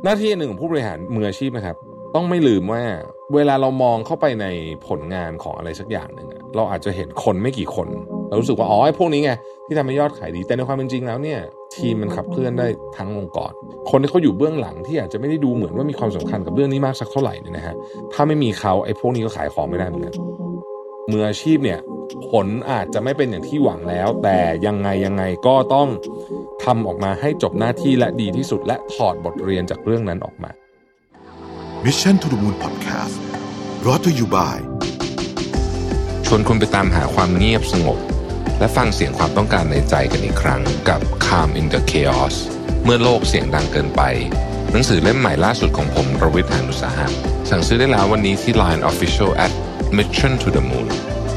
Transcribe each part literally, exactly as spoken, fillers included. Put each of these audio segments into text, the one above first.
หน้าที่หนึ่งของผู้บริหารมืออาชีพนะครับต้องไม่ลืมว่าเวลาเรามองเข้าไปในผลงานของอะไรสักอย่างหนึ่งเราอาจจะเห็นคนไม่กี่คนเรารู้สึกว่าอ๋อไอ้พวกนี้ไงที่ทำให้ยอดขายดีแต่ในความเป็นจริงแล้วเนี่ยทีมมันขับเคลื่อนได้ทั้งองค์กรคนที่เขาอยู่เบื้องหลังที่อาจจะไม่ได้ดูเหมือนว่ามีความสำคัญกับเรื่องนี้มากสักเท่าไหร่เนี่ยนะฮะถ้าไม่มีเขาไอ้พวกนี้ก็ขายของไม่ได้เหมือนกันมืออาชีพเนี่ยผลอาจจะไม่เป็นอย่างที่หวังแล้วแต่ยังไงยังไงก็ต้องทำออกมาให้จบหน้าที่และดีที่สุดและถอดบทเรียนจากเรื่องนั้นออกมา Mission to the Moon Podcast brought to you by ชวนคุณไปตามหาความเงียบสงบและฟังเสียงความต้องการในใจกันอีกครั้งกับ Calm in the Chaos เมื่อโลกเสียงดังเกินไปหนังสือเล่มใหม่ล่าสุดของผมรวิทย์ หาญอุตสาหะสั่งซื้อได้แล้ววันนี้ที่ ไลน์ Official at Mission to the Moon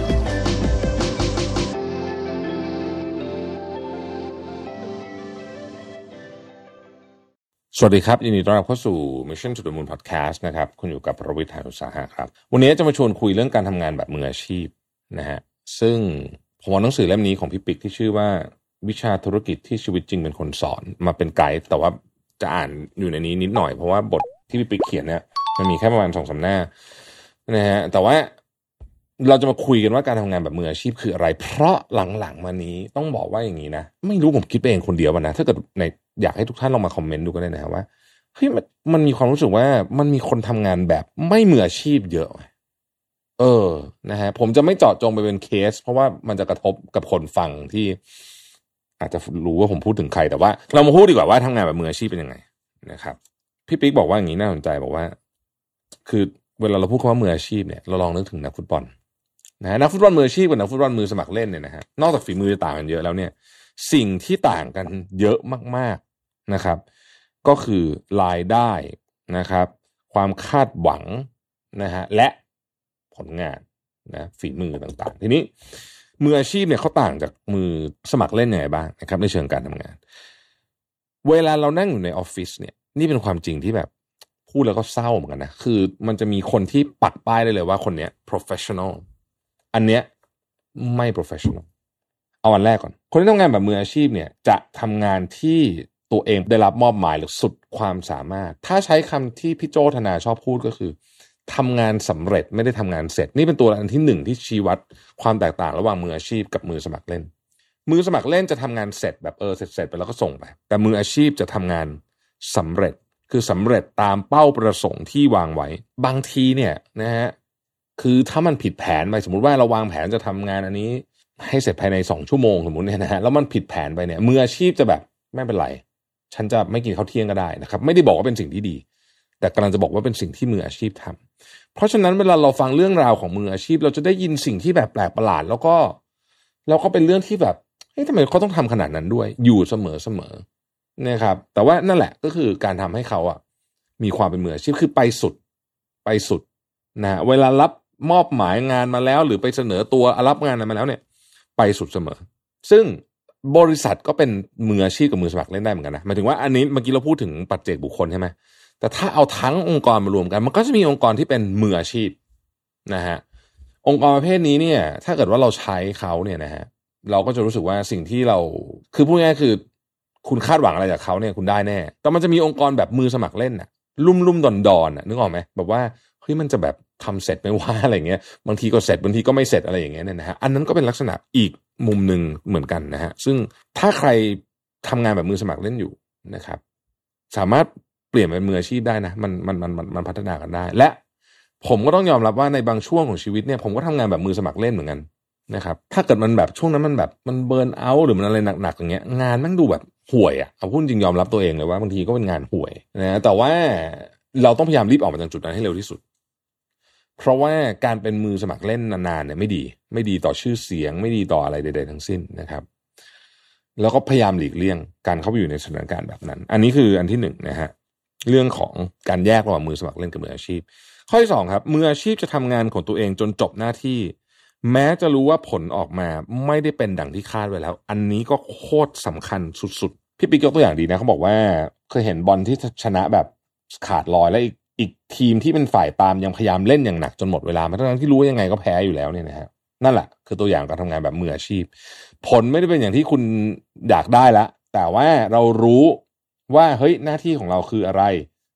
สวัสดีครับยินดีต้อนรับเข้าสู่ Mission to the Moon Podcast นะครับคุณอยู่กับรวิทย์ หาญอุตสาหะครับวันนี้จะมาชวนคุยเรื่องการทำงานแบบมืออาชีพนะฮะซึ่งผมเอาหนังสือเล่มนี้ของพี่ปิ๊กที่ชื่อว่าวิชาธุรกิจที่ชีวิตจริงเป็นคนสอนมาเป็นไกด์แต่ว่าจะอ่านอยู่ในนี้นิดหน่อยเพราะว่าบทที่พี่ปิ๊กเขียนเนี่ยมันมีแค่ประมาณ สองถึงสาม หน้านะฮะแต่ว่าเราจะมาคุยกันว่าการทำงานแบบมืออาชีพคืออะไรเพราะหลังๆมานี้ต้องบอกว่าอย่างนี้นะไม่รู้ผมคิดไปเองคนเดียวนะถ้าเกิดในอยากให้ทุกท่านลองมาคอมเมนต์ดูก็ได้นะครับว่าเฮ้ยมันมันมีความรู้สึกว่ามันมีคนทำงานแบบไม่มืออาชีพเยอะเออนะฮะผมจะไม่เจาะจงไปเป็นเคสเพราะว่ามันจะกระทบกับคนฟังที่อาจจะรู้ว่าผมพูดถึงใครแต่ว่าเรามาพูดดีกว่าว่าทำงานแบบมืออาชีพเป็นยังไงนะครับพี่ปิ๊กบอกว่าอย่างนี้น่าสนใจบอกว่าคือเวลาเราพูดคำว่ามืออาชีพเนี่ยเราลองนึกถึงนักฟุตบอลนะฮะนักฟุตบอลมืออาชีพกับนักฟุตบอลมือสมัครเล่นเนี่ยนะฮะนอกจากฝีมือจะต่างกันเยอะแล้วเนี่ยสิ่งที่ต่างกันเยอะมากๆนะครับก็คือรายได้นะครับความคาดหวังนะฮะและผลงานนะฝีมือต่างๆทีนี้มืออาชีพเนี่ยเขาต่างจากมือสมัครเล่นยังไงบ้างนะครับในเชิงการทำงานเวลาเรานั่งอยู่ในออฟฟิศเนี่ยนี่เป็นความจริงที่แบบพูดแล้วก็เศร้าเหมือนกันนะคือมันจะมีคนที่ปักป้ายได้เลยว่าคนเนี้ย professional อันเนี้ยไม่ professional เอาวันแรกก่อนคนที่ทำงานแบบมืออาชีพเนี่ยจะทำงานที่ตัวเองได้รับมอบหมายหรือสุดความสามารถถ้าใช้คำที่พี่โจธนาชอบพูดก็คือทำงานสำเร็จไม่ได้ทำงานเสร็จนี่เป็นตัวอันที่หนึ่งที่ชี้วัดความแตกต่างระหว่างมืออาชีพกับมือสมัครเล่นมือสมัครเล่นจะทำงานเสร็จแบบเออเสร็จเสร็จไปแล้วก็ส่งไปแต่มืออาชีพจะทำงานสำเร็จคือสำเร็จตามเป้าประสงค์ที่วางไว้บางทีเนี่ยนะฮะคือถ้ามันผิดแผนไปสมมุติว่าเราวางแผนจะทำงานอันนี้ให้เสร็จภายในสองชั่วโมงสมมุติเนี่ยนะฮะแล้วมันผิดแผนไปเนี่ยมืออาชีพจะแบบไม่เป็นไรฉันจะไม่กินข้าวเที่ยงก็ได้นะครับไม่ได้บอกว่าเป็นสิ่งที่ดีแต่กำลังจะบอกว่าเป็นสิ่งที่มืออาชีพทำเพราะฉะนั้นเวลาเราฟังเรื่องราวของมืออาชีพเราจะได้ยินสิ่งที่แบบแปลกประหลาดแล้วก็แล้วก็เป็นเรื่องที่แบบเฮ้ยทำไมเขาต้องทำขนาดนั้นด้วยอยู่เสมอเสมอนะครับแต่ว่านั่นแหละก็คือการทำให้เขาอ่ะมีความเป็นมืออาชีพคือไปสุดไปสุดนะเวลารับมอบหมายงานมาแล้วหรือไปเสนอตัวรับงานมาแล้วเนี่ยไปสุดเสมอซึ่งบริษัทก็เป็นมืออาชีพกับมือสมัครเล่นได้เหมือนกันนะหมายถึงว่าอันนี้เมื่อกี้เราพูดถึงปัจเจกบุคคลใช่ไหมแต่ถ้าเอาทั้งองค์กรมารวมกันมันก็จะมีองค์กรที่เป็นมืออาชีพนะฮะองค์กรประเภทนี้เนี่ยถ้าเกิดว่าเราใช้เขาเนี่ยนะฮะเราก็จะรู้สึกว่าสิ่งที่เราคือพูดง่ายๆคือคุณคาดหวังอะไรจากเขาเนี่ยคุณได้แน่แต่มันจะมีองค์กรแบบมือสมัครเล่นน่ะลุ่มลุ่มดอนดอนน่ะนึกออกไหมแบบว่าเฮ้ยมันจะแบบทำเสร็จไม่ว่าอะไรเงี้ยบางทีก็เสร็จบางทีก็ไม่เสร็จอะไรอย่างเงี้ยเนี่ยนะฮะอันนั้นก็เป็นลักษณะอีกมุมหนึ่งเหมือนกันนะฮะซึ่งถ้าใครทำงานแบบมือสมัครเล่นอยู่นะครับสามารถเปลี่ยนเป็นมืออาชีพได้นะมันมันมันมันมันพัฒนากันได้และผมก็ต้องยอมรับว่าในบางช่วงของชีวิตเนี่ยผมก็ทำงานแบบมือสมัครเล่นเหมือนกันนะครับถ้าเกิดมันแบบช่วงนั้นมันแบบมันเบิร์นเอาท์หรือมันอะไรหนักๆอย่างเงี้ยงานแม่งดูแบบห่วยอ่ะเอาพูดจริงยอมรับตัวเองเลยว่าบางทีก็เป็นงานห่วยนะแต่ว่าเราต้องพยายามรีบออกมาจากจุดนั้นให้เร็วที่สุดเพราะว่าการเป็นมือสมัครเล่นนานๆเนี่ยไม่ดีไม่ดีต่อชื่อเสียงไม่ดีต่ออะไรใดๆทั้งสิ้นนะครับแล้วก็พยายามหลีกเลี่ยงการเข้าไปอยู่ในสถานการณ์แบบนั้นอันนี้คืออันที่หนึ่งนะฮะเรื่องของการแยกระหว่างมือสมัครเล่นกับมืออาชีพข้อที่สองครับมืออาชีพจะทำงานของตัวเองจนจบหน้าที่แม้จะรู้ว่าผลออกมาไม่ได้เป็นดั่งที่คาดไว้แล้วอันนี้ก็โคตรสำคัญสุดๆพี่ปิ๊กยกตัวอย่างดีนะเขาบอกว่าเคยเห็นบอลที่ชนะแบบขาดลอยแล้วอีกอีกทีมที่เป็นฝ่ายตามยังพยายามเล่นอย่างหนักจนหมดเวลาแม้ทั้งที่รู้ยังไงก็แพ้อยู่แล้วเนี่ยนะฮะนั่นแหละคือตัวอย่างการทำงานแบบมืออาชีพผลไม่ได้เป็นอย่างที่คุณอยากได้ละแต่ว่าเรารู้ว่าเฮ้ยหน้าที่ของเราคืออะไร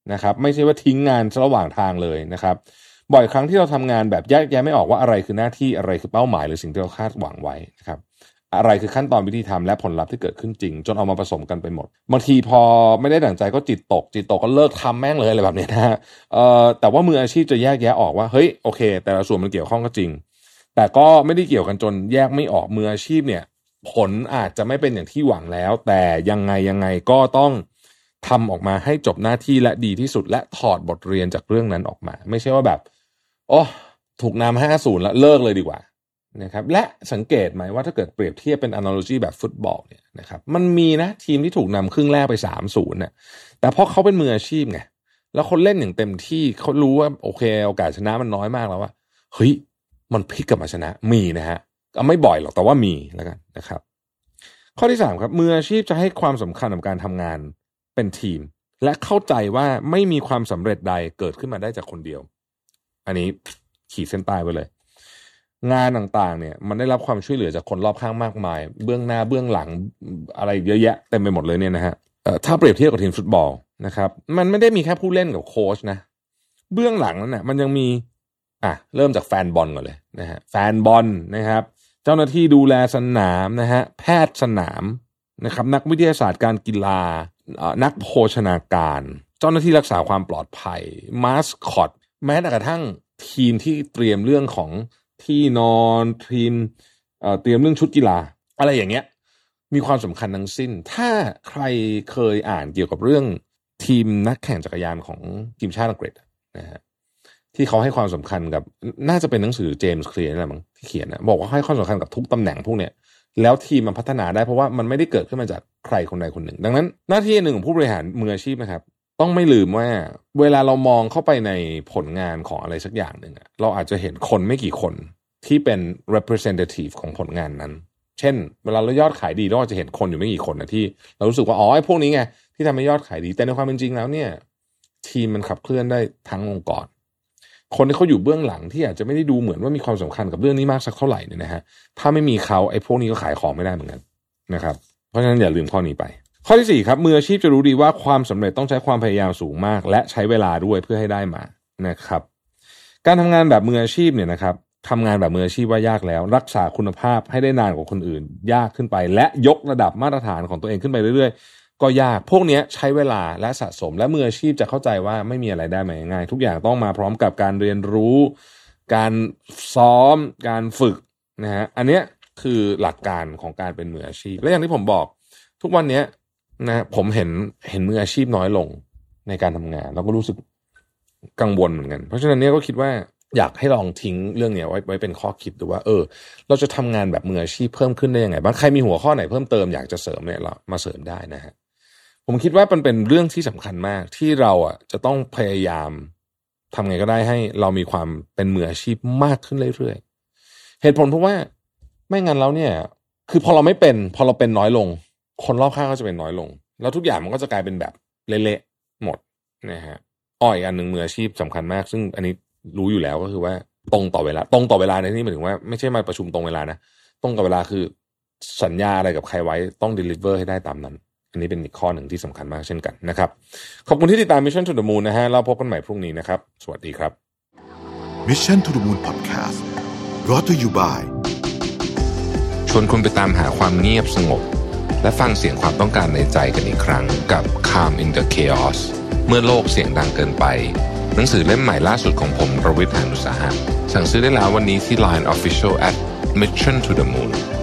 นะครับไม่ใช่ว่าทิ้งงานระหว่างทางเลยนะครับบ่อยครั้งที่เราทำงานแบบแยกแยะไม่ออกว่าอะไรคือหน้าที่อะไรคือเป้าหมายหรือสิ่งที่เราคาดหวังไว้นะครับอะไรคือขั้นตอนวิธีทำและผลลัพธ์ที่เกิดขึ้นจริงจนเอามาผสมกันไปหมดบางทีพอไม่ได้ดั่งใจก็จิตตกจิตตกก็เลิกทำแม่งเลยอะไรแบบนี้นะฮะเอ่อแต่ว่ามืออาชีพจะแยกแยะออกว่าเฮ้ยโอเคแต่ละส่วนมันเกี่ยวข้องก็จริงแต่ก็ไม่ได้เกี่ยวกันจนแยกไม่ออกมืออาชีพเนี่ยผลอาจจะไม่เป็นอย่างที่หวังแล้วแต่ยังไงยังไงก็ต้องทำออกมาให้จบหน้าที่และดีที่สุดและถอดบทเรียนจากเรื่องนั้นออกมาไม่ใช่ว่าแบบโอ้ถูกนำ ห้าศูนย์ แล้วเลิกเลยดีกว่านะครับและสังเกตไหมว่าถ้าเกิดเปรียบเทียบเป็น analogy แบบฟุตบอลเนี่ยนะครับมันมีนะทีมที่ถูกนำครึ่งแรกไป สามศูนย์ เนี่ยแต่เพราะเขาเป็นมืออาชีพไงแล้วคนเล่นอย่างเต็มที่เขารู้ว่าโอเคโอกาสชนะมันน้อยมากแล้วว่าเฮ้ยมันพลิกกลับมาชนะมีนะฮะก็ไม่บ่อยหรอกแต่ว่ามีแล้วกันนะครับข้อที่สามครับมืออาชีพจะให้ความสำคัญกับการทำงานเป็นทีมและเข้าใจว่าไม่มีความสำเร็จใดเกิดขึ้นมาได้จากคนเดียวอันนี้ขีดเส้นใต้ไว้เลยงานต่างๆเนี่ยมันได้รับความช่วยเหลือจากคนรอบข้างมากมายเบื้องหน้าเบื้องหลังอะไรเยอะแยะเต็มไปหมดเลยเนี่ยนะฮะเอ่อถ้าเปรียบเทียบกับทีมฟุตบอลนะครับมันไม่ได้มีแค่ผู้เล่นกับโค้ชนะเบื้องหลังนั้นน่ะมันยังมีอ่ะเริ่มจากแฟนบอลก่อนเลยนะฮะแฟนบอลนะครับเจ้าหน้าที่ดูแลสนามนะฮะแพทย์สนามนะครับนักวิทยาศาสตร์การกีฬานักโภชนาการเจ้าหน้าที่รักษาความปลอดภัยมาสคอตแม้แต่กระทั่งทีมที่เตรียมเรื่องของที่นอนทีมเอ่อเตรียมเรื่องชุดกีฬาอะไรอย่างเงี้ยมีความสำคัญทั้งสิ้นถ้าใครเคยอ่านเกี่ยวกับเรื่องทีมนักแข่งจักรยานของทีมชาติอังกฤษนะฮะที่เขาให้ความสำคัญกับน่าจะเป็นหนังสือเจมส์เคลียร์นี่แหละมั้งที่เขียนนะบอกว่าให้ความสำคัญกับทุกตำแหน่งพวกเนี้ยแล้วทีมมันพัฒนาได้เพราะว่ามันไม่ได้เกิดขึ้นมาจากใครคนใดคนหนึ่งดังนั้นหน้าที่หนึ่งของผู้บริหารมืออาชีพนะครับต้องไม่ลืมว่าเวลาเรามองเข้าไปในผลงานของอะไรสักอย่างหนึ่งเราอาจจะเห็นคนไม่กี่คนที่เป็น representative ของผลงานนั้นเช่นเวลาเรายอดขายดีเราจะเห็นคนอยู่ไม่กี่คนนะที่เรารู้สึกว่าอ๋อไอ้พวกนี้ไงที่ทำให้ยอดขายดีแต่ในความเป็นจริงแล้วเนี่ยทีมมันขับเคลื่อนได้ทั้งองค์กรคนที่เขาอยู่เบื้องหลังที่อาจจะไม่ได้ดูเหมือนว่ามีความสำคัญกับเรื่องนี้มากสักเท่าไหร่เนี่ยนะฮะถ้าไม่มีเขาไอ้พวกนี้ก็ขายของไม่ได้เหมือนกันนะครับเพราะฉะนั้นอย่าลืมข้อนี้ไปข้อที่สี่ครับมืออาชีพจะรู้ดีว่าความสำเร็จต้องใช้ความพยายามสูงมากและใช้เวลาด้วยเพื่อให้ได้มานะครับการทำงานแบบมืออาชีพเนี่ยนะครับทำงานแบบมืออาชีพว่ายากแล้วรักษาคุณภาพให้ได้นานกว่าคนอื่นยากขึ้นไปและยกระดับมาตรฐานของตัวเองขึ้นไปเรื่อยๆก็ยากพวกนี้ใช้เวลาและสะสมและมืออาชีพจะเข้าใจว่าไม่มีอะไรได้มาง่ายๆทุกอย่างต้องมาพร้อมกับการเรียนรู้การซ้อมการฝึกนะฮะอันเนี้ยคือหลักการของการเป็นมืออาชีพและอย่างที่ผมบอกทุกวันนี้นะผมเห็นเห็นมืออาชีพน้อยลงในการทำงานแล้วก็รู้สึกกังวลเหมือนกันเพราะฉะนั้นเนี่ยก็คิดว่าอยากให้ลองทิ้งเรื่องนี้ไว้ไว้เป็นข้อคิดดูว่าเออเราจะทำงานแบบมืออาชีพเพิ่มขึ้นได้ยังไงบ้างใครมีหัวข้อไหนเพิ่มเติมอยากจะเสริมเนี่ยเรามาเสริมได้นะฮะผมคิดว่ามันเป็นเรื่องที่สำคัญมากที่เราอ่ะจะต้องพยายามทำไงก็ได้ให้เรามีความเป็นมืออาชีพมากขึ้นเรื่อยๆเหตุผลเพราะว่าไม่งั้นแล้วเนี่ยคือพอเราไม่เป็นพอเราเป็นน้อยลงคนรอบข้างก็จะเป็นน้อยลงแล้วทุกอย่างมันก็จะกลายเป็นแบบเละๆหมดนะฮะอ้ออีกอันหนึ่งมืออาชีพสำคัญมากซึ่งอันนี้รู้อยู่แล้วก็คือว่าตรงต่อเวลาตรงต่อเวลาในที่หมายถึงว่าไม่ใช่มาประชุมตรงเวลานะตรงต่อเวลาคือสัญญาอะไรกับใครไว้ต้อง deliver ให้ได้ตามนั้นอันนี้เป็นอีกข้อหนึ่งที่สำคัญมากเช่นกันนะครับขอบคุณที่ติดตาม Mission to the Moon นะฮะเราพบกันใหม่พรุ่งนี้นะครับสวัสดีครับ Mission to the Moon Podcast brought to you by ชวนคุณไปตามหาความเงียบสงบและฟังเสียงความต้องการในใจกันอีกครั้งกับ Calm in the Chaos เมื่อโลกเสียงดังเกินไปหนังสือเล่มใหม่ล่าสุดของผมรวิทย์ หาญอุตสาหะสั่งซื้อได้แล้ววันนี้ที่ ไลน์ Official at Mission to the Moon